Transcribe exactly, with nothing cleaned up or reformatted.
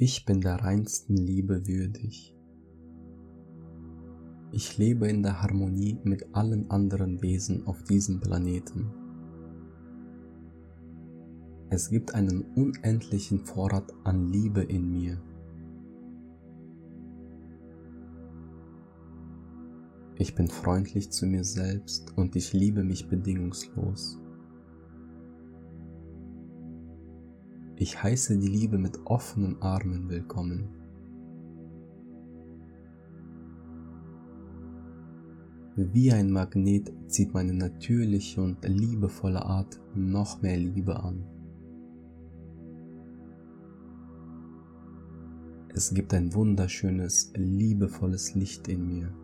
Ich bin der reinsten Liebe würdig. Ich lebe in der Harmonie mit allen anderen Wesen auf diesem Planeten. Es gibt einen unendlichen Vorrat an Liebe in mir. Ich bin freundlich zu mir selbst und ich liebe mich bedingungslos. Ich heiße die Liebe mit offenen Armen willkommen. Wie ein Magnet zieht meine natürliche und liebevolle Art noch mehr Liebe an. Es gibt ein wunderschönes, liebevolles Licht in mir.